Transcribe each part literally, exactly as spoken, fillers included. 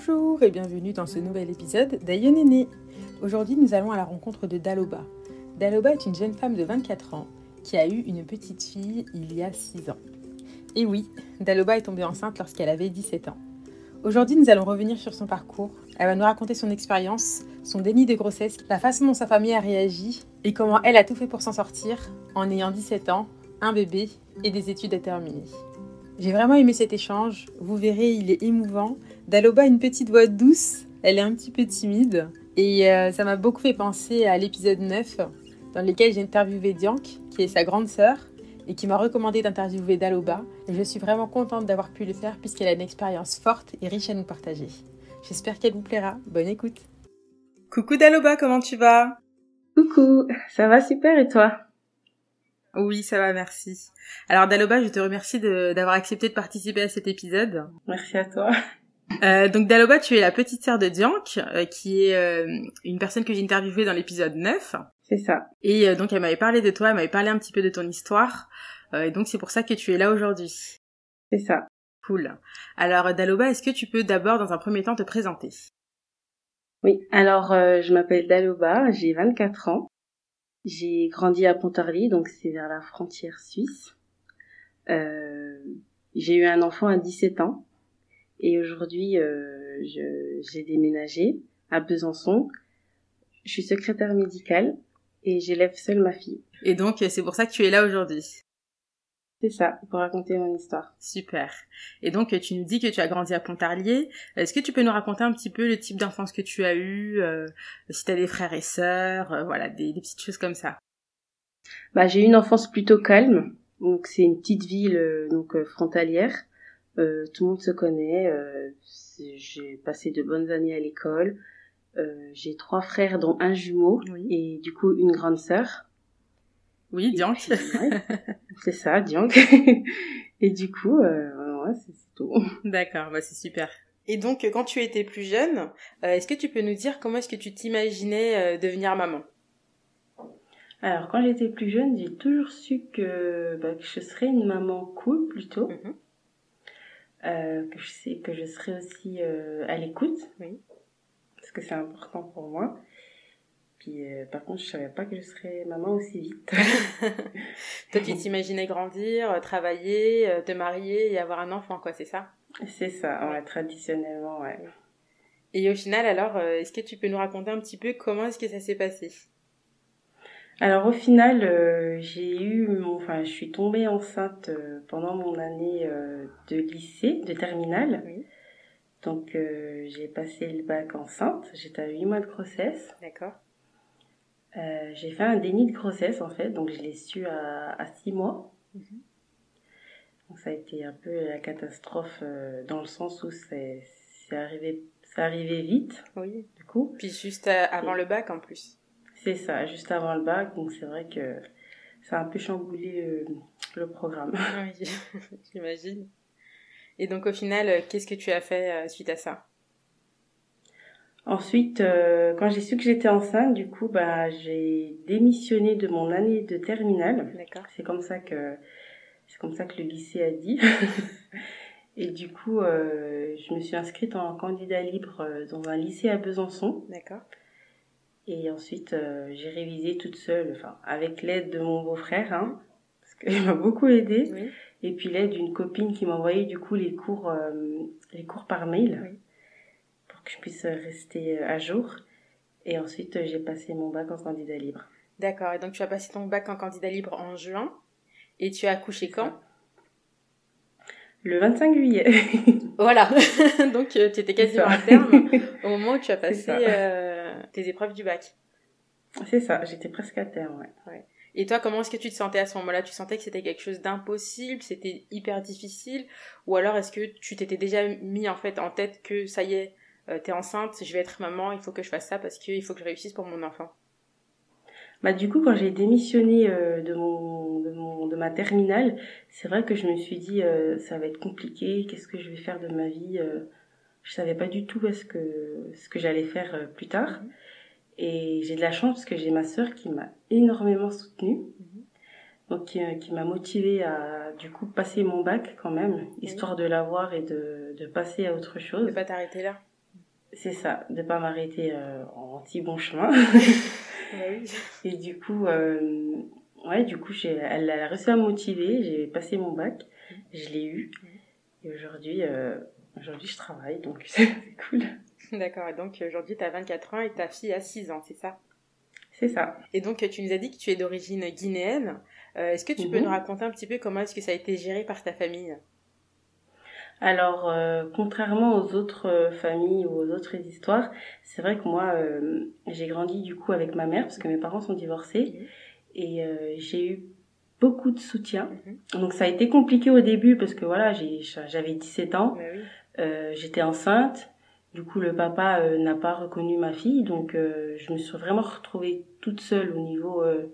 Bonjour et bienvenue dans ce nouvel épisode d'Aïe Néné. Aujourd'hui, nous allons à la rencontre de Daloba. Daloba est une jeune femme de vingt-quatre ans qui a eu une petite fille il y a six ans. Et oui, Daloba est tombée enceinte lorsqu'elle avait dix-sept ans. Aujourd'hui, nous allons revenir sur son parcours. Elle va nous raconter son expérience, son déni de grossesse, la façon dont sa famille a réagi et comment elle a tout fait pour s'en sortir en ayant dix-sept ans, un bébé et des études à terminer. J'ai vraiment aimé cet échange, vous verrez, il est émouvant. Daloba a une petite voix douce, elle est un petit peu timide et euh, ça m'a beaucoup fait penser à l'épisode neuf dans lequel j'ai interviewé Diank, qui est sa grande sœur et qui m'a recommandé d'interviewer Daloba. Et je suis vraiment contente d'avoir pu le faire puisqu'elle a une expérience forte et riche à nous partager. J'espère qu'elle vous plaira. Bonne écoute. Coucou Daloba, comment tu vas ? Coucou, ça va super et toi ? Oui, ça va, merci. Alors Daloba, je te remercie de, d'avoir accepté de participer à cet épisode. Merci à toi. Euh, donc Daloba, tu es la petite sœur de Diank, euh, qui est euh, une personne que j'ai interviewée dans l'épisode neuf. C'est ça. Et euh, donc elle m'avait parlé de toi, elle m'avait parlé un petit peu de ton histoire. Euh, et donc c'est pour ça que tu es là aujourd'hui. C'est ça. Cool. Alors Daloba, est-ce que tu peux d'abord dans un premier temps te présenter ? Oui, alors euh, je m'appelle Daloba, j'ai vingt-quatre ans. J'ai grandi à Pontarlier, donc c'est vers la frontière suisse. Euh, j'ai eu un enfant à dix-sept ans. Et aujourd'hui, euh, je, j'ai déménagé à Besançon. Je suis secrétaire médicale et j'élève seule ma fille. Et donc c'est pour ça que tu es là aujourd'hui. C'est ça, pour raconter mon histoire. Super. Et donc, tu nous dis que tu as grandi à Pontarlier. Est-ce que tu peux nous raconter un petit peu le type d'enfance que tu as eu, euh, si tu as des frères et sœurs, euh, voilà, des, des petites choses comme ça. Bah, j'ai eu une enfance plutôt calme. Donc, c'est une petite ville euh, donc euh, frontalière. Euh, tout le monde se connaît. Euh, j'ai passé de bonnes années à l'école. Euh, j'ai trois frères, dont un jumeau, Oui. Et du coup, une grande sœur. Oui, Diank. Puis, ouais, c'est ça, Diank. Et du coup, euh, ouais, c'est, c'est tout. D'accord, bah c'est super. Et donc, quand tu étais plus jeune, euh, est-ce que tu peux nous dire comment est-ce que tu t'imaginais euh, devenir maman ? Alors, quand j'étais plus jeune, j'ai toujours su que, bah, que je serais une maman cool, plutôt. Mm-hmm. Euh, que je sais que je serais aussi euh, à l'écoute. Oui. Parce que c'est important pour moi. Puis, euh, par contre, je savais pas que je serais maman aussi vite. Toi, tu t'imaginais grandir, travailler, te marier et avoir un enfant, quoi, c'est ça ? C'est ça, ouais, traditionnellement, ouais. Et au final, alors, est-ce que tu peux nous raconter un petit peu comment est-ce que ça s'est passé ? Alors, au final, euh, j'ai eu, mon, enfin, je suis tombée enceinte euh, pendant mon année euh, de lycée, de terminale. Oui. Donc, euh, j'ai passé le bac enceinte. J'étais à huit mois de grossesse. D'accord. Euh, j'ai fait un déni de grossesse, en fait. Donc, je l'ai su à, à six mois. Mm-hmm. Donc, ça a été un peu la catastrophe euh, dans le sens où c'est, c'est arrivé, c'est arrivé vite. Oui. Du coup. Puis juste avant Et... le bac, en plus. C'est ça, juste avant le bac. Donc, c'est vrai que ça a un peu chamboulé le, le programme. Oui, j'imagine. Et donc, au final, qu'est-ce que tu as fait suite à ça ? Ensuite, euh, quand j'ai su que j'étais enceinte, du coup, bah, j'ai démissionné de mon année de terminale. D'accord. C'est comme ça que, c'est comme ça que le lycée a dit. Et du coup, euh, je me suis inscrite en candidat libre dans un lycée à Besançon. D'accord. Et ensuite, euh, j'ai révisé toute seule, enfin, avec l'aide de mon beau-frère, hein, parce qu'il m'a beaucoup aidée. Oui. Et puis l'aide d'une copine qui m'envoyait du coup les cours, euh, les cours par mail. Oui. Que je puisse rester à jour. Et ensuite, j'ai passé mon bac en candidat libre. D'accord. Et donc, tu as passé ton bac en candidat libre en juin. Et tu as accouché quand ? Le vingt-cinq juillet. Voilà. Donc, tu étais quasiment à terme au moment où tu as passé euh, tes épreuves du bac. C'est ça. J'étais presque à terme, ouais. Ouais. Et toi, comment est-ce que tu te sentais à ce moment-là ? Tu sentais que c'était quelque chose d'impossible ? C'était hyper difficile ? Ou alors, est-ce que tu t'étais déjà mis en fait en tête que ça y est, Euh, t'es enceinte, je vais être maman, il faut que je fasse ça parce qu'il faut que je réussisse pour mon enfant. Bah du coup, quand j'ai démissionné euh, de mon de mon de ma terminale, c'est vrai que je me suis dit euh, ça va être compliqué. Qu'est-ce que je vais faire de ma vie ? euh, Je savais pas du tout ce que ce que j'allais faire euh, plus tard. Mmh. Et j'ai de la chance parce que j'ai ma sœur qui m'a énormément soutenue. Mmh. Donc qui, qui m'a motivée à du coup passer mon bac quand même, histoire oui. de l'avoir et de de passer à autre chose. De pas t'arrêter là. c'est ça, de pas m'arrêter euh, en si bon chemin. Bah oui. Et du coup, euh, ouais, du coup, j'ai, elle a réussi à me motiver. J'ai passé mon bac, je l'ai eu. Et aujourd'hui, euh, aujourd'hui, je travaille, donc c'est cool. D'accord, et donc aujourd'hui tu as vingt-quatre ans et ta fille a six ans, c'est ça? C'est ça. Et donc tu nous as dit que tu es d'origine guinéenne. Euh, est-ce que tu peux nous Mhm. raconter un petit peu comment est-ce que ça a été géré par ta famille? Alors, euh, contrairement aux autres euh, familles ou aux autres histoires, c'est vrai que moi, euh, j'ai grandi du coup avec ma mère parce que mes parents sont divorcés Mhm. et euh, j'ai eu beaucoup de soutien. Mhm. Donc ça a été compliqué au début parce que voilà, j'ai, j'avais dix-sept ans, Bah oui. euh, j'étais enceinte. Du coup, le papa euh, n'a pas reconnu ma fille, donc euh, je me suis vraiment retrouvée toute seule au niveau euh,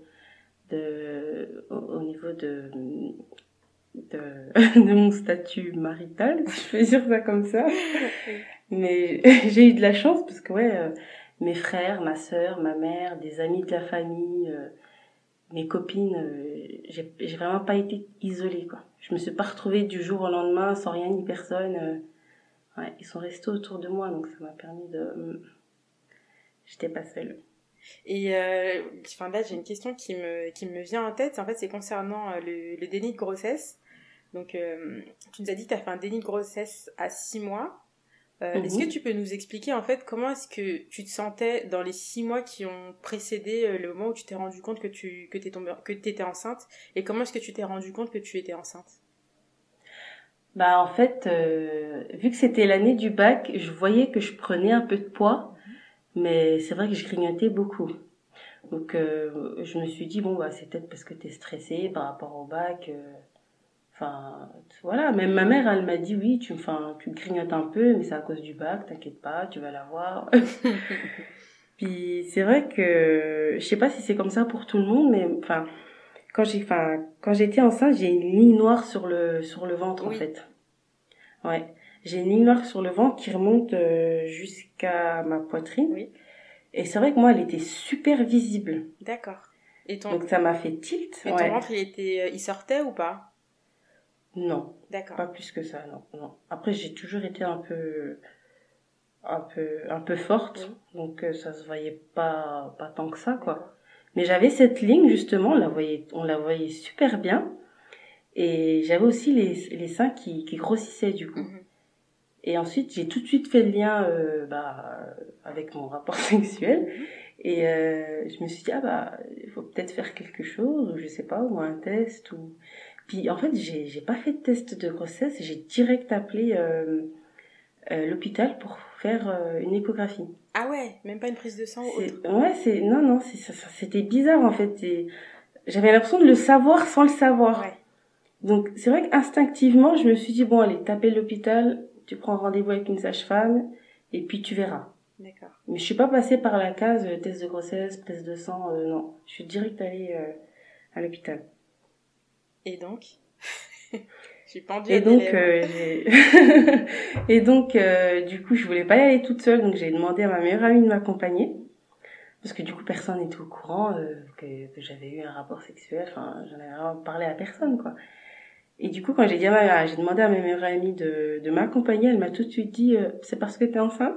de, au, au niveau de, de, de mon statut marital, si je peux dire ça comme ça. Oui. Mais j'ai eu de la chance parce que ouais, euh, mes frères, ma sœur, ma mère, des amis de la famille, euh, mes copines, euh, j'ai, j'ai vraiment pas été isolée quoi. Je me suis pas retrouvée du jour au lendemain sans rien ni personne. euh, ouais, ils sont restés autour de moi donc ça m'a permis de, hum, j'étais pas seule. Et euh, enfin là j'ai une question qui me, qui me vient en tête, en fait c'est concernant euh, le, le déni de grossesse. Donc euh, tu nous as dit que tu as fait un déni de grossesse à six mois. Euh, est-ce que Mhm. tu peux nous expliquer en fait comment est-ce que tu te sentais dans les six mois qui ont précédé euh, le moment où tu t'es rendu compte que tu que t'es tombée, que t'étais enceinte, et comment est-ce que tu t'es rendu compte que tu étais enceinte? Bah en fait, euh, vu que c'était l'année du bac, je voyais que je prenais un peu de poids, mais c'est vrai que je grignotais beaucoup. Donc euh, je me suis dit bon bah c'est peut-être parce que t'es stressée par rapport au bac. euh, Enfin voilà, même ma mère elle m'a dit oui tu enfin tu grignotes un peu mais c'est à cause du bac, t'inquiète pas, tu vas l'avoir. Puis c'est vrai que je sais pas si c'est comme ça pour tout le monde mais enfin quand j'ai enfin quand j'étais enceinte j'ai une ligne noire sur le sur le ventre en Oui, fait. Ouais, j'ai une ligne noire sur le ventre qui remonte euh, jusqu'à ma poitrine oui, et c'est vrai que moi elle était super visible. d'accord. Et ton Donc ça m'a fait tilt, et ton ouais. ventre il était euh, il sortait ou pas? Non, D'accord. pas plus que ça, non, non. Après, j'ai toujours été un peu, un peu, un peu forte, Oui, donc euh, ça se voyait pas, pas tant que ça, quoi. d'accord. Mais j'avais cette ligne justement, on la voyait, on la voyait super bien, et j'avais aussi les, les seins qui, qui grossissaient du coup. Mhm. Et ensuite, j'ai tout de suite fait le lien, euh, bah, avec mon rapport sexuel, Mhm. et euh, je me suis dit ah bah, il faut peut-être faire quelque chose, ou je sais pas, ou un test, ou. Puis en fait, j'ai j'ai pas fait de test de grossesse, j'ai direct appelé euh, euh, l'hôpital pour faire euh, une échographie. Ah ouais, même pas une prise de sang ou C'est autre. ouais, c'est non non, c'est ça, ça- c'était bizarre en fait. Et j'avais l'impression de le savoir sans le savoir. Ouais, Donc c'est vrai qu'instinctivement, je me suis dit bon allez, t'appelles l'hôpital, tu prends rendez-vous avec une sage-femme et puis tu verras. d'accord. Mais je suis pas passée par la case euh, test de grossesse, test de sang, euh, non. Je suis direct allée euh, à l'hôpital. Et donc, je suis pendue Et à tes donc, lèvres. euh, j'ai... et donc, euh, du coup, je voulais pas y aller toute seule, donc j'ai demandé à ma meilleure amie de m'accompagner. Parce que du coup, personne n'était au courant euh, que, que j'avais eu un rapport sexuel. Enfin, j'en avais vraiment parlé à personne, quoi. Et du coup, quand j'ai dit à ma, j'ai demandé à ma meilleure amie de, de m'accompagner, elle m'a tout de suite dit, euh, c'est parce que t'es enceinte.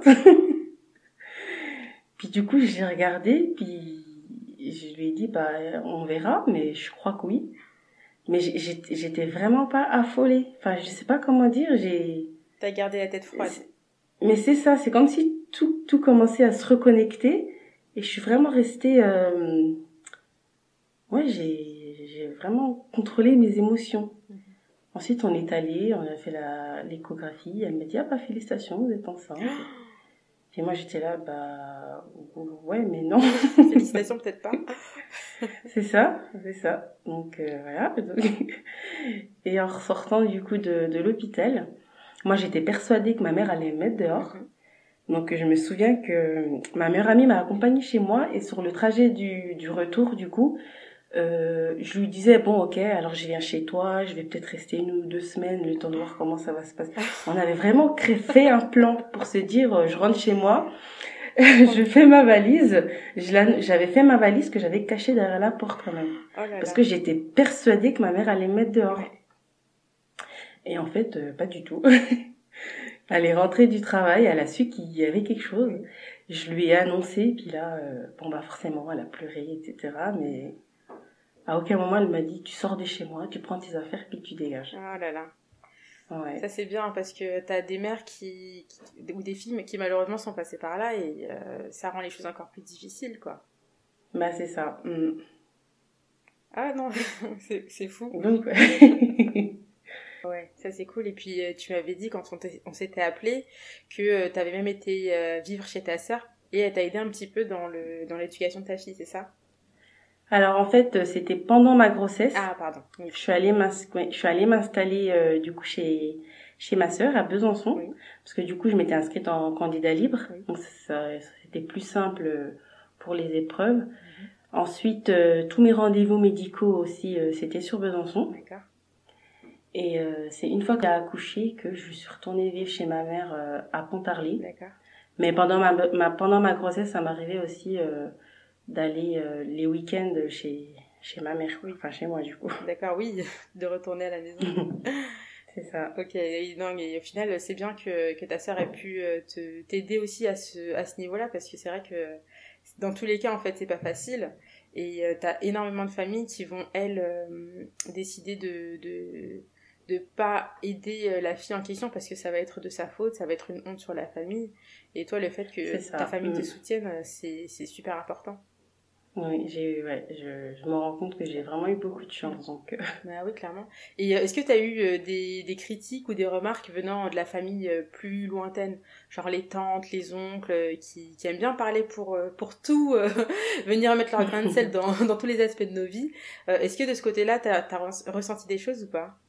Puis du coup, j'ai regardé, puis je lui ai dit, bah, on verra, mais je crois que oui. Mais j'ai- j'étais j'étais vraiment pas affolée. Enfin, je sais pas comment dire, j'ai... T'as gardé la tête froide. Mais c'est ça, c'est comme si tout, tout commençait à se reconnecter. Et je suis vraiment restée... Euh... Ouais, j'ai, j'ai vraiment contrôlé mes émotions. Mhm. Ensuite, on est allé, on a fait la, l'échographie. Elle m'a dit, ah bah félicitations, vous êtes enceinte. Et moi, j'étais là, bah... Ouais, mais non. Félicitations, peut-être pas. C'est ça, c'est ça. Donc euh, voilà. Donc... Et en ressortant du coup de, de l'hôpital, moi j'étais persuadée que ma mère allait me mettre dehors. Mhm. Donc je me souviens que ma meilleure amie m'a accompagnée chez moi et sur le trajet du, du retour du coup, euh, je lui disais bon ok alors je viens chez toi, je vais peut-être rester une ou deux semaines le temps de voir comment ça va se passer. On avait vraiment créé, fait un plan pour se dire euh, je rentre chez moi, je fais ma valise, je la- j'avais fait ma valise que j'avais cachée derrière la porte quand même Oh là parce là. que j'étais persuadée que ma mère allait me mettre dehors. Ouais. Et en fait, euh, pas du tout. Elle est rentrée du travail, elle a su qu'il y avait quelque chose. Je lui ai annoncé, puis là, euh, bon bah forcément, elle a pleuré, et cetera. Mais à aucun moment elle m'a dit, tu sors de chez moi, tu prends tes affaires, puis tu dégages. Oh là là. Ouais. Ça c'est bien parce que t'as des mères qui, qui ou des filles qui malheureusement sont passées par là et euh, ça rend les choses encore plus difficiles quoi. Bah c'est ça. Mm. Ah non, c'est, c'est fou. Donc ouais. Ouais, ça c'est cool. Et puis euh, tu m'avais dit quand on, on s'était appelé que euh, t'avais même été euh, vivre chez ta sœur et elle t'a aidé un petit peu dans le dans l'éducation de ta fille, c'est ça? Alors en fait, c'était pendant ma grossesse. Ah pardon. Oui. Je suis allée je suis allée m'installer euh, du coup chez chez ma sœur à Besançon, Oui. parce que du coup je m'étais inscrite en candidat libre, Oui. donc ça, c'était plus simple pour les épreuves. Mm-hmm. Ensuite, euh, tous mes rendez-vous médicaux aussi, euh, c'était sur Besançon. D'accord. Et euh, c'est une fois qu'elle a accouché que je suis retournée vivre chez ma mère euh, à Pontarlier. D'accord. Mais pendant ma, ma pendant ma grossesse, ça m'arrivait aussi euh, d'aller euh, les week-ends chez chez ma mère, oui. Enfin chez moi du coup. D'accord, oui, de retourner à la maison. C'est ça. Ok, et, non, et au final, c'est bien que, que ta sœur ait pu te, t'aider aussi à ce, à ce niveau-là, parce que c'est vrai que dans tous les cas, en fait, c'est pas facile. Et euh, t'as énormément de familles qui vont, elles, euh, décider de, de, de pas aider euh, la fille en question parce que ça va être de sa faute, ça va être une honte sur la famille. Et toi, le fait que ta famille mmh. te soutienne, c'est, c'est super important. Oui, j'ai, ouais, je, je me rends compte que j'ai vraiment eu beaucoup de chance. Donc, euh... bah oui, clairement. Et euh, est-ce que tu as eu euh, des, des critiques ou des remarques venant de la famille euh, plus lointaine, genre les tantes, les oncles, euh, qui, qui aiment bien parler pour, euh, pour tout, euh, venir mettre leur grain de sel dans, dans tous les aspects de nos vies. Euh, est-ce que de ce côté-là, tu as ressenti des choses ou pas?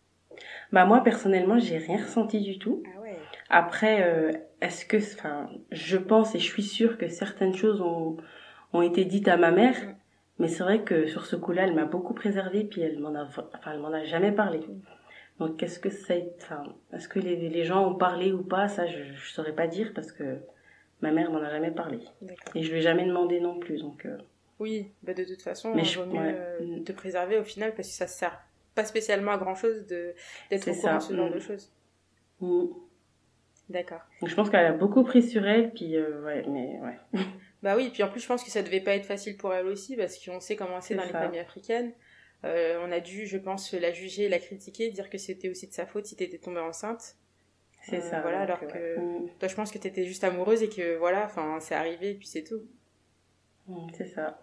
Bah moi, personnellement, j'ai rien ressenti du tout. Ah ouais. Après, euh, est-ce que... Enfin, je pense et je suis sûre que certaines choses ont... ont été dites à ma mère, mmh. mais c'est vrai que sur ce coup-là, elle m'a beaucoup préservée, puis elle m'en a, enfin, elle m'en a jamais parlé. Mmh. Donc, est-ce que ça, enfin, est-ce que les, les gens ont parlé ou pas, ça, je, je saurais pas dire parce que ma mère m'en a jamais parlé. D'accord. Et je lui ai jamais demandé non plus, donc. Euh... Oui, bah de toute façon, il vaut mieux ouais. euh, te préserver au final parce que ça sert pas spécialement à grand chose de d'être au courant de ce genre mmh. de choses. Mmh. D'accord. Donc, je pense qu'elle a beaucoup pris sur elle, puis euh, ouais, mais ouais. Bah oui, puis en plus je pense que ça devait pas être facile pour elle aussi parce qu'on sait comment c'est, c'est dans ça. Les familles africaines. Euh, on a dû, je pense, la juger, la critiquer, dire que c'était aussi de sa faute si t'étais tombée enceinte. C'est euh, ça. Voilà, alors que ouais. mmh. toi je pense que t'étais juste amoureuse et que voilà, enfin c'est arrivé et puis c'est tout. Mmh, c'est ça.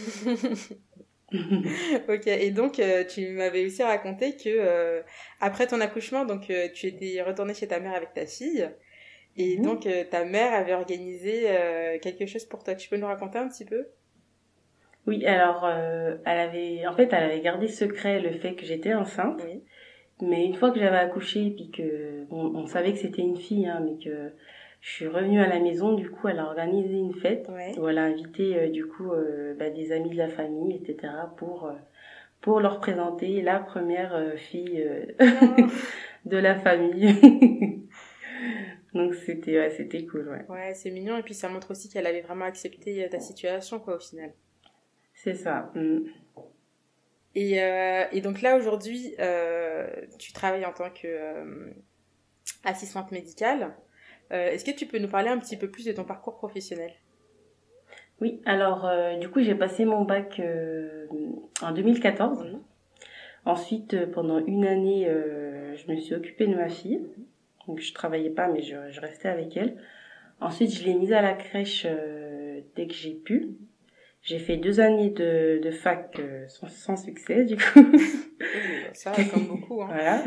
Ok, et donc euh, tu m'avais aussi raconté que euh, après ton accouchement, donc euh, tu étais retournée chez ta mère avec ta fille. Et mmh. donc, euh, ta mère avait organisé euh, quelque chose pour toi. Tu peux nous raconter un petit peu? Oui, alors, euh, elle avait, en fait, elle avait gardé secret le fait que j'étais enceinte. Oui. Mais une fois que j'avais accouché, et puis que, on, on savait que c'était une fille, hein, mais que je suis revenue à la maison, du coup, elle a organisé une fête ouais. où elle a invité, euh, du coup, euh, bah, des amis de la famille, et cetera, pour, euh, pour leur présenter la première euh, fille euh, oh. de la famille. Donc c'était ouais, c'était cool, ouais. Ouais, c'est mignon et puis ça montre aussi qu'elle avait vraiment accepté ta situation quoi au final. C'est ça. Mm. Et euh, et donc là aujourd'hui, euh, tu travailles en tant que euh, assistante médicale. Euh, est-ce que tu peux nous parler un petit peu plus de ton parcours professionnel? Oui, alors euh, du coup j'ai passé mon bac euh, en deux mille quatorze. Oui. Ensuite, euh, pendant une année, euh, je me suis occupée de ma fille. Donc je travaillais pas, mais je, je restais avec elle. Ensuite, je l'ai mise à la crèche euh, dès que j'ai pu. J'ai fait deux années de, de fac euh, sans, sans succès, du coup. Ça, comme beaucoup. Hein. Voilà.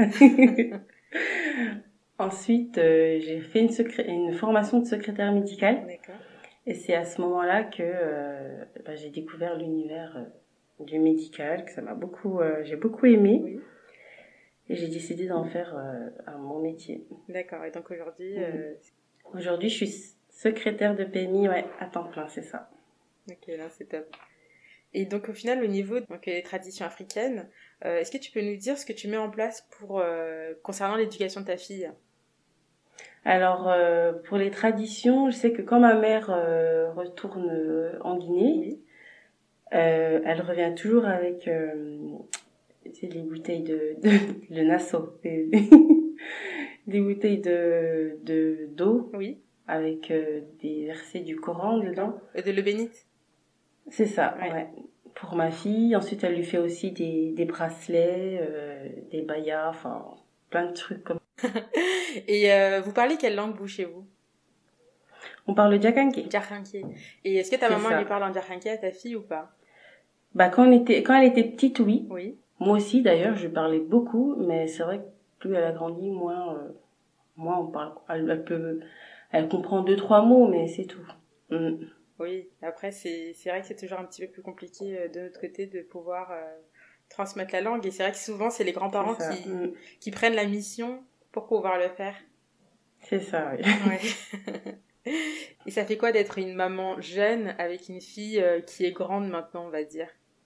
Ensuite, euh, j'ai fait une, secré- une formation de secrétaire médicale. D'accord. Et c'est à ce moment-là que euh, bah, j'ai découvert l'univers euh, du médical, que ça m'a beaucoup, euh, j'ai beaucoup aimé. Oui. Et j'ai décidé d'en faire euh, un, mon métier. D'accord. Et donc aujourd'hui... Euh... Aujourd'hui, je suis secrétaire de P M I, ouais, à temps plein, c'est ça. Ok, là, c'est top. Et donc, au final, au niveau donc, des traditions africaines, euh, est-ce que tu peux nous dire ce que tu mets en place pour euh, concernant l'éducation de ta fille? Alors, euh, pour les traditions, je sais que quand ma mère euh, retourne euh, en Guinée, oui. euh, elle revient toujours avec... Euh, c'est les bouteilles de, de le Nassau. des bouteilles de, de, d'eau Oui. avec euh, des versets du Coran dedans. Et de l'eau bénite. C'est ça, Ouais. ouais. Pour ma fille. Ensuite, elle lui fait aussi des, des bracelets, euh, des bayas, enfin, plein de trucs comme Et euh, vous parlez quelle langue, vous, chez vous? On parle djakanké. Djarkhanké. Et est-ce que ta C'est maman ça. lui parle en djarkhanké à ta fille ou pas? Bah, quand, on était, quand elle était petite, oui. Oui. Moi aussi, d'ailleurs, je parlais beaucoup, mais c'est vrai que plus elle a grandi, moins, euh, moins on parle. Elle, elle peut, elle comprend deux, trois mots, mais c'est tout. Mm. Oui, après, c'est c'est vrai que c'est toujours un petit peu plus compliqué euh, de notre côté de pouvoir euh, transmettre la langue. Et c'est vrai que souvent, c'est les C'est grands-parents ça. qui, Mm. qui prennent la mission pour pouvoir le faire. C'est ça, oui. Ouais. Et ça fait quoi d'être une maman jeune avec une fille euh, qui est grande maintenant, on va dire?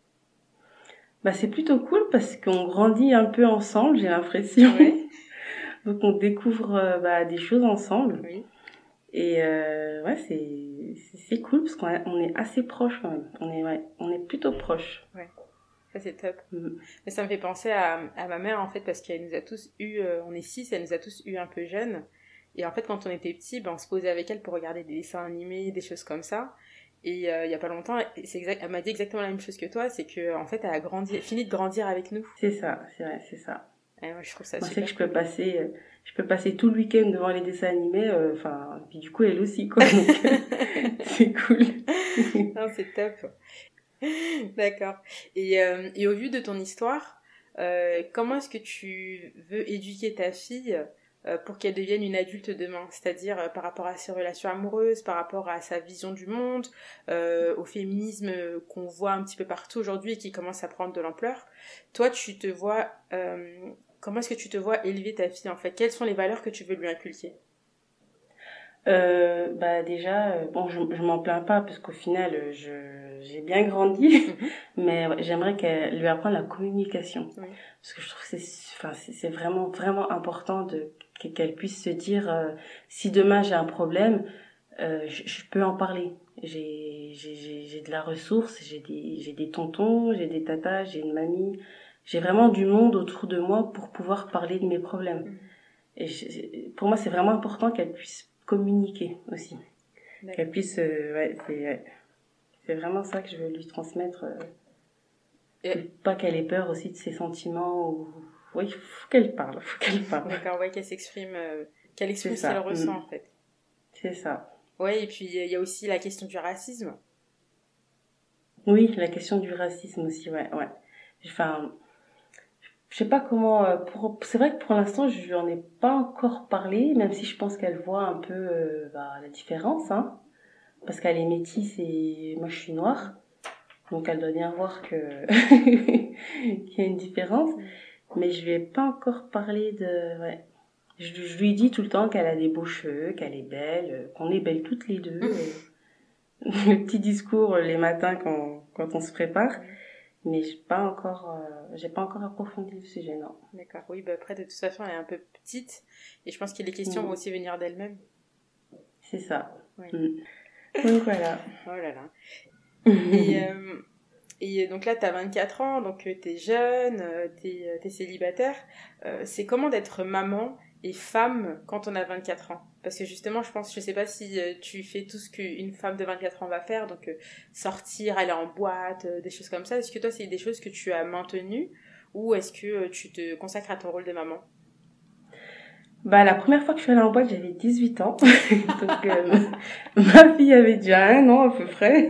Bah, c'est plutôt cool parce qu'on grandit un peu ensemble, j'ai l'impression. Ouais, Donc, on découvre euh, bah, des choses ensemble. oui. Et euh, ouais, c'est, c'est, c'est cool parce qu'on est, on est assez proches quand même. On est, ouais, on est plutôt proches. Ouais, ça c'est top. Mm. Mais ça me fait penser à, à ma mère en fait parce qu'elle nous a tous eu, euh, on est six, elle nous a tous eu un peu jeunes. Et en fait quand on était petits, ben, on se posait avec elle pour regarder des dessins animés, des choses comme ça. Et euh, il y a pas longtemps, c'est exact, elle m'a dit exactement la même chose que toi, c'est que en fait elle a grandi, fini de grandir avec nous. C'est ça, c'est vrai, c'est ça. Et moi je trouve ça Moi, c'est super que je peux cool. passer, euh, je peux passer tout le week-end devant les dessins animés. euh, Enfin, puis du coup, elle aussi, quoi. Donc, c'est cool. Non, c'est top. D'accord. Et, euh, et au vu de ton histoire, euh, comment est-ce que tu veux éduquer ta fille euh, pour qu'elle devienne une adulte demain? C'est-à-dire euh, par rapport à ses relations amoureuses, par rapport à sa vision du monde, euh, au féminisme qu'on voit un petit peu partout aujourd'hui et qui commence à prendre de l'ampleur. Toi, tu te vois... euh, comment est-ce que tu te vois élever ta fille en fait? Quelles sont les valeurs que tu veux lui inculquer? Euh, bah déjà, euh, bon, je, je m'en plains pas parce qu'au final, euh, je, j'ai bien grandi, Mhm. mais ouais, j'aimerais qu'elle lui apprenne la communication Oui. parce que je trouve que c'est, enfin, c'est, c'est vraiment vraiment important de que- qu'elle puisse se dire euh, si demain j'ai un problème, euh, je, je peux en parler. J'ai, j'ai, j'ai, j'ai de la ressource, j'ai des, j'ai des tontons, j'ai des tatas, j'ai une mamie, j'ai vraiment du monde autour de moi pour pouvoir parler de mes problèmes. Mhm. Et je- pour moi, c'est vraiment important qu'elle puisse communiquer aussi. D'accord. Qu'elle puisse, euh, ouais, c'est, ouais. C'est vraiment ça que je veux lui transmettre. euh, Et- que- pas qu'elle ait peur aussi de ses sentiments. Ou... Oui, faut qu'elle parle, faut qu'elle parle. D'accord, ouais, qu'elle s'exprime, euh, qu'elle C'est exprime ce qu'elle ça, ressent mm, en fait. c'est ça. Ouais, et puis il y a aussi la question du racisme. Oui, la question du racisme aussi, ouais, ouais. Enfin, je sais pas comment. euh, Pour... C'est vrai que pour l'instant, je n'en ai pas encore parlé, même si je pense qu'elle voit un peu euh, bah, la différence, hein, parce qu'elle est métisse et moi je suis noire. Donc elle doit bien voir que qu'il y a une différence. Mais je lui ai pas encore parlé de... Ouais. Je, je lui dis tout le temps qu'elle a des beaux cheveux, qu'elle est belle, euh, qu'on est belles toutes les deux. euh. Le petit discours euh, les matins quand, quand on se prépare. Mais j'ai pas encore, euh, j'ai pas encore approfondi le sujet, non. D'accord, oui, bah après de toute façon elle est un peu petite et je pense que les questions vont Mm, aussi venir d'elle-même. c'est ça. Ouais. Mm. Donc voilà. Oh là là. Et, euh, et donc là t'as vingt-quatre ans, donc euh, t'es jeune, euh, t'es, euh, t'es célibataire. Euh, c'est comment d'être maman et femme quand on a vingt-quatre ans? Parce que justement, je pense, je sais pas si euh, tu fais tout ce qu'une femme de vingt-quatre ans va faire, donc euh, sortir, aller en boîte, euh, des choses comme ça. Est-ce que toi, c'est des choses que tu as maintenues ou est-ce que euh, tu te consacres à ton rôle de maman? Bah, la première fois que je suis allée en boîte, j'avais dix-huit ans. Donc, euh, ma fille avait déjà un an à peu près.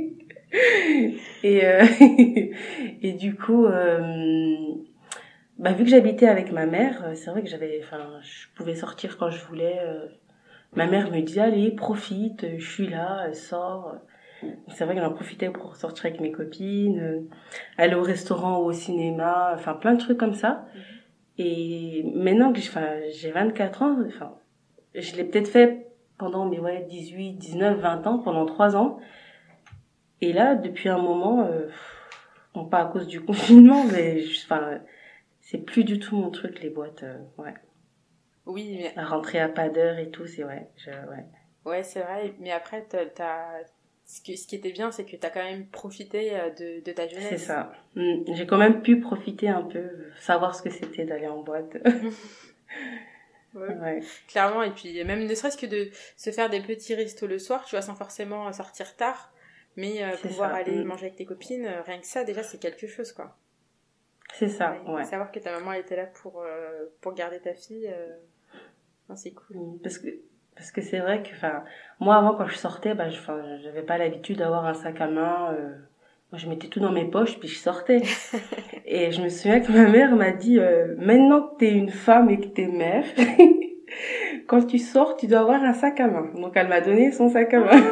Et, euh, et du coup, euh, bah, vu que j'habitais avec ma mère, euh, c'est vrai que j'avais, enfin, je pouvais sortir quand je voulais. euh. Ma mère me dit, allez, profite, je suis là, elle sort. C'est vrai qu'elle en profitait pour sortir avec mes copines, euh, aller au restaurant ou au cinéma, enfin, plein de trucs comme ça. Et maintenant que j'ai, enfin, j'ai vingt-quatre ans, enfin, je l'ai peut-être fait pendant mes ouais, dix-huit, dix-neuf, vingt ans, pendant trois ans. Et là, depuis un moment, euh, non pas à cause du confinement, mais je- enfin, c'est plus du tout mon truc, les boîtes. euh, ouais. Oui, mais À rentrer à pas d'heure et tout, c'est ouais, je, ouais. ouais, c'est vrai. Mais après, t'as, t'as- ce que, ce qui était bien, c'est que t'as quand même profité euh, de, de ta C'est jeunesse. ça. Mm. J'ai quand même pu profiter un peu, savoir ce que c'était d'aller en boîte. Ouais. Ouais. Clairement, et puis même ne serait-ce que de se faire des petits restos le soir, tu vois, sans forcément sortir tard, mais euh, C'est pouvoir ça. aller Mm. manger avec tes copines, euh, rien que ça, déjà, c'est quelque chose, quoi. C'est ça, Ouais. ouais. Et savoir que ta maman était là pour, euh, pour garder ta fille, euh, non, c'est cool. Mm. Parce que parce que c'est vrai que, enfin, moi avant quand je sortais, bah, je, enfin, j'avais pas l'habitude d'avoir un sac à main. Euh, moi, je mettais tout dans mes poches puis je sortais. Et je me souviens que ma mère m'a dit, euh, maintenant que t'es une femme et que t'es mère, quand tu sors, tu dois avoir un sac à main. Donc elle m'a donné son sac à main.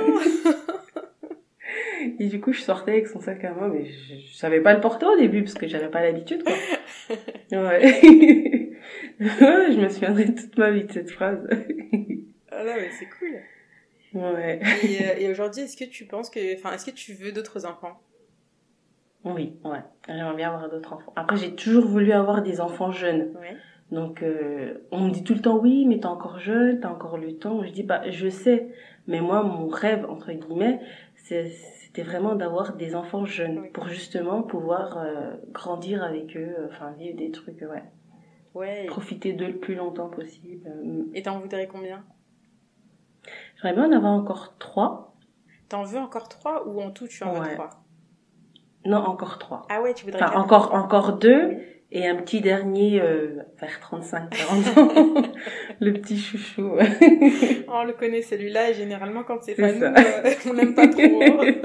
Et du coup, je sortais avec son sac à main, mais je, je savais pas le porter au début parce que j'avais pas l'habitude, quoi. Ouais. Je me souviendrai toute ma vie de cette phrase. Ah là, mais c'est cool. Ouais. Et, euh, et aujourd'hui, est-ce que tu penses que, enfin, est-ce que tu veux d'autres enfants? Oui, ouais. J'aimerais bien avoir d'autres enfants. Après, j'ai toujours voulu avoir des enfants jeunes. Ouais. Donc, euh, on me dit tout le temps, oui, mais t'es encore jeune, t'as encore le temps. Je dis, bah, je sais. Mais moi, mon rêve, entre guillemets, c'est, c'était vraiment d'avoir des enfants jeunes. Oui. Pour justement pouvoir euh, grandir avec eux, euh, enfin, vivre des trucs, ouais. Ouais. Profiter d'eux le plus longtemps possible. Euh, Et t'en voudrais combien? J'aimerais bien en avoir encore trois. T'en veux encore trois ou en tout tu en veux Ouais. trois? Non, encore trois. Ah ouais, tu voudrais Enfin, quatre encore, enfants. encore deux. Et un petit dernier euh, vers trente-cinq quarante ans. Le petit chouchou. Oh, on le connaît celui-là et généralement quand c'est, c'est pas ça. Nous, euh, on l'aime pas trop.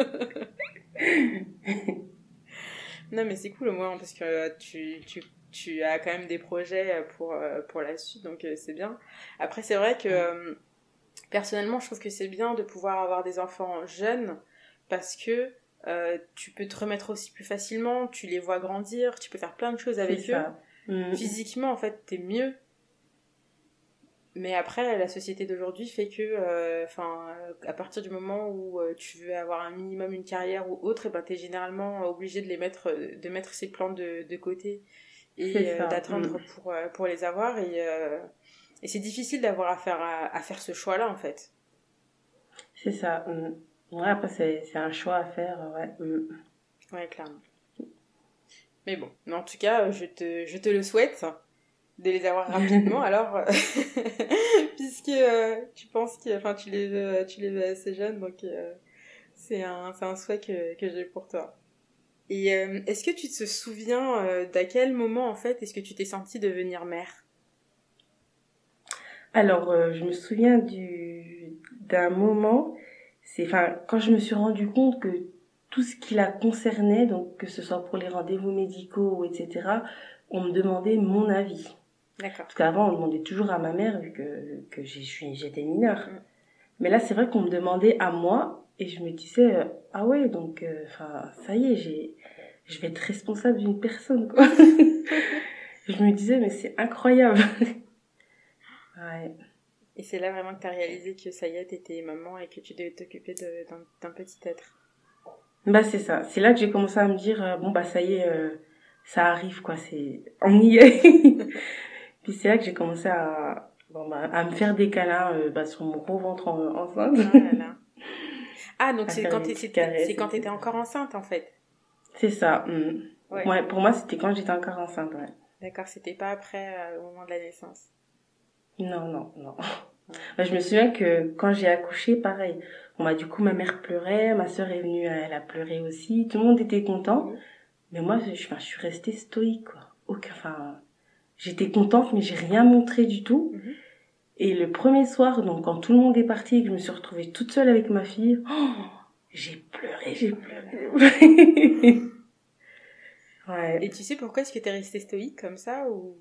Non mais c'est cool au moins parce que tu, tu, tu as quand même des projets pour, pour la suite donc c'est bien. Après c'est vrai que euh, personnellement je trouve que c'est bien de pouvoir avoir des enfants jeunes parce que euh, tu peux te remettre aussi plus facilement, tu les vois grandir, tu peux faire plein de choses avec C'est eux. ça. Mmh. Physiquement en fait t'es mieux. Mais après, la société d'aujourd'hui fait que, enfin, euh, à partir du moment où euh, tu veux avoir un minimum une carrière ou autre, et ben t'es généralement obligé de les mettre, de mettre ces plans de, de côté et euh, d'attendre mmh. pour euh, pour les avoir. Et euh, et c'est difficile d'avoir à faire à, à faire ce choix-là en fait. C'est ça. Mmh. Ouais, après c'est c'est un choix à faire, ouais. Mmh. Ouais, clairement. Mais bon, mais en tout cas, je te je te le souhaite. De les avoir rapidement alors puisque euh, tu penses que enfin tu les veux, tu les veux assez jeunes donc euh, c'est un c'est un souhait que que j'ai pour toi. Et euh, est-ce que tu te souviens euh, d'à quel moment en fait est-ce que tu t'es sentie devenir mère? Alors euh, je me souviens du d'un moment, c'est enfin quand je me suis rendu compte que tout ce qui la concernait, donc que ce soit pour les rendez-vous médicaux et cetera, on me demandait mon avis. D'accord. Parce qu'avant, on demandait toujours à ma mère, vu que, que j'ai, j'étais mineure. Mm. Mais là, c'est vrai qu'on me demandait à moi, et je me disais, euh, ah ouais, donc, enfin, euh, ça y est, j'ai, je vais être responsable d'une personne, quoi. Je me disais, mais c'est incroyable. Ouais. Et c'est là vraiment que tu as réalisé que ça y est, t'étais maman et que tu devais t'occuper de, d'un, d'un petit être. Bah, c'est ça. C'est là que j'ai commencé à me dire, euh, bon, bah, ça y est, euh, ça arrive, quoi. C'est, on y est. Puis c'est là que j'ai commencé à, bon, bah, à me faire des câlins euh, bah, sur mon gros ventre en, enceinte. Oh là là. Ah, donc c'est quand, c'est, c'est quand t'étais encore enceinte, en fait. C'est ça. Mmh. Ouais. ouais, pour moi, c'était quand j'étais encore enceinte, ouais. D'accord, c'était pas après, euh, au moment de la naissance. Non, non, non. Ouais. Bah, je me souviens que quand j'ai accouché, pareil. Bon, bah, du coup, ma mère pleurait, ma sœur est venue, elle a pleuré aussi. Tout le monde était content. Mmh. Mais moi, je, enfin, je suis restée stoïque, quoi. Aucun, enfin, j'étais contente, mais j'ai rien montré du tout. Mmh. Et le premier soir, donc, quand tout le monde est parti et que je me suis retrouvée toute seule avec ma fille, oh, j'ai pleuré, j'ai pleuré. Ouais. Et tu sais pourquoi est-ce que t'es restée stoïque comme ça ou...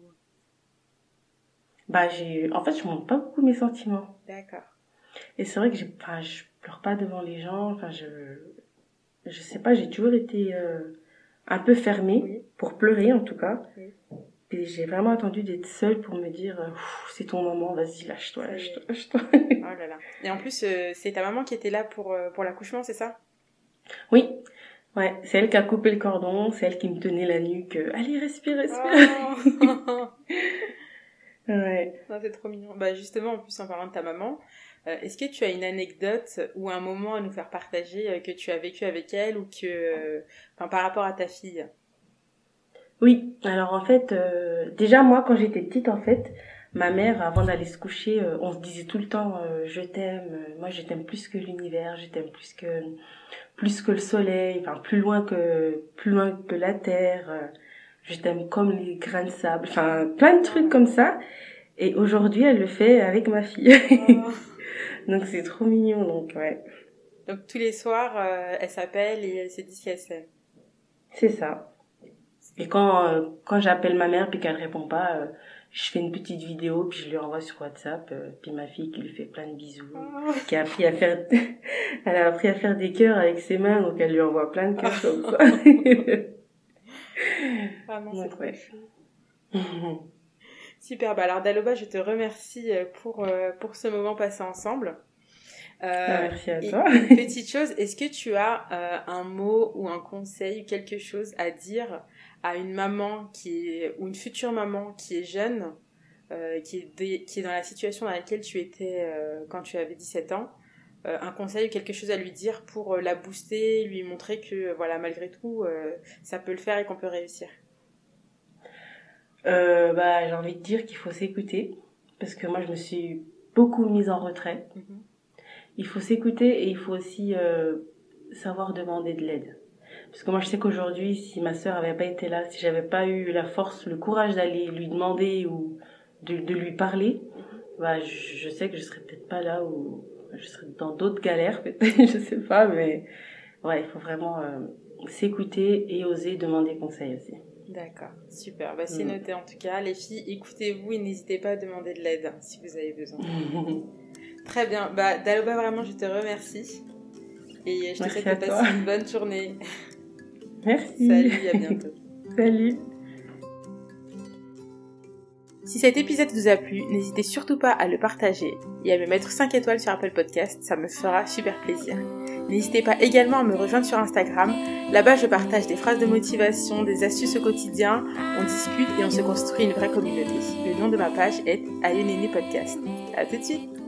Bah, j'ai, en fait, je montre pas beaucoup mes sentiments. D'accord. Et c'est vrai que j'ai, enfin, je pleure pas devant les gens, enfin, je, je sais pas, j'ai toujours été euh, un peu fermée, oui. Pour pleurer en tout cas. Oui. Puis j'ai vraiment attendu d'être seule pour me dire, euh, c'est ton moment, vas-y, lâche-toi, lâche-toi, lâche-toi. Oh là là. Et en plus, euh, c'est ta maman qui était là pour, euh, pour l'accouchement, c'est ça? Oui. Ouais, c'est elle qui a coupé le cordon, c'est elle qui me tenait la nuque. Euh, Allez, respire, respire. Oh. Ouais. Non, c'est trop mignon. Bah justement, en plus en parlant de ta maman, euh, est-ce que tu as une anecdote ou un moment à nous faire partager euh, que tu as vécu avec elle ou que, euh, enfin, par rapport à ta fille? Oui. Alors en fait, euh, déjà moi quand j'étais petite, en fait, ma mère, avant d'aller se coucher, euh, on se disait tout le temps euh, je t'aime, euh, moi je t'aime plus que l'univers, je t'aime plus que plus que le soleil, enfin plus loin que plus loin que la terre, euh, je t'aime comme les grains de sable, enfin plein de trucs comme ça. Et aujourd'hui, elle le fait avec ma fille. Oh. Donc c'est trop mignon, donc ouais. Donc tous les soirs, euh, elle s'appelle et elle se dit ce qu'elle s'aime. C'est ça. Et quand euh, quand j'appelle ma mère puis qu'elle répond pas, euh, je fais une petite vidéo puis je lui envoie sur WhatsApp. Euh, puis ma fille qui lui fait plein de bisous, Oh. qui a appris à faire, elle a appris à faire des cœurs avec ses mains, donc elle lui envoie plein de cœurs comme ça. Ah non, c'est donc, trop ouais. chou. Super. Bah alors Daloba, je te remercie pour euh, pour ce moment passé ensemble. Euh, ah, merci à et toi. une petite chose, est-ce que tu as euh, un mot ou un conseil, quelque chose à dire à une maman qui est, ou une future maman qui est jeune, euh, qui, est dé, qui est dans la situation dans laquelle tu étais euh, quand tu avais dix-sept ans, euh, un conseil ou quelque chose à lui dire pour euh, la booster, lui montrer que euh, voilà, malgré tout, euh, ça peut le faire et qu'on peut réussir? Euh, bah, j'ai envie de dire qu'il faut s'écouter, parce que moi je me suis beaucoup mise en retrait. Mm-hmm. Il faut s'écouter et il faut aussi euh, savoir demander de l'aide. Parce que moi je sais qu'aujourd'hui, si ma sœur avait pas été là, si j'avais pas eu la force, le courage d'aller lui demander ou de, de lui parler, mm-hmm. bah je, je sais que je serais peut-être pas là ou je serais dans d'autres galères peut-être, je sais pas, mais ouais, il faut vraiment euh, s'écouter et oser demander conseil aussi. D'accord, super. Bah, c'est mmh. noté en tout cas. Les filles, écoutez-vous et n'hésitez pas à demander de l'aide hein, si vous avez besoin. Très bien. Bah, Daloba, vraiment, je te remercie. Et je te souhaite de passer une bonne journée. Merci. Salut, à bientôt. Salut. Si cet épisode vous a plu, n'hésitez surtout pas à le partager et à me mettre cinq étoiles sur Apple Podcast, ça me fera super plaisir. N'hésitez pas également à me rejoindre sur Instagram. Là-bas, je partage des phrases de motivation, des astuces au quotidien, on discute et on se construit une vraie communauté. Le nom de ma page est Ayonéné Podcast. À tout de suite.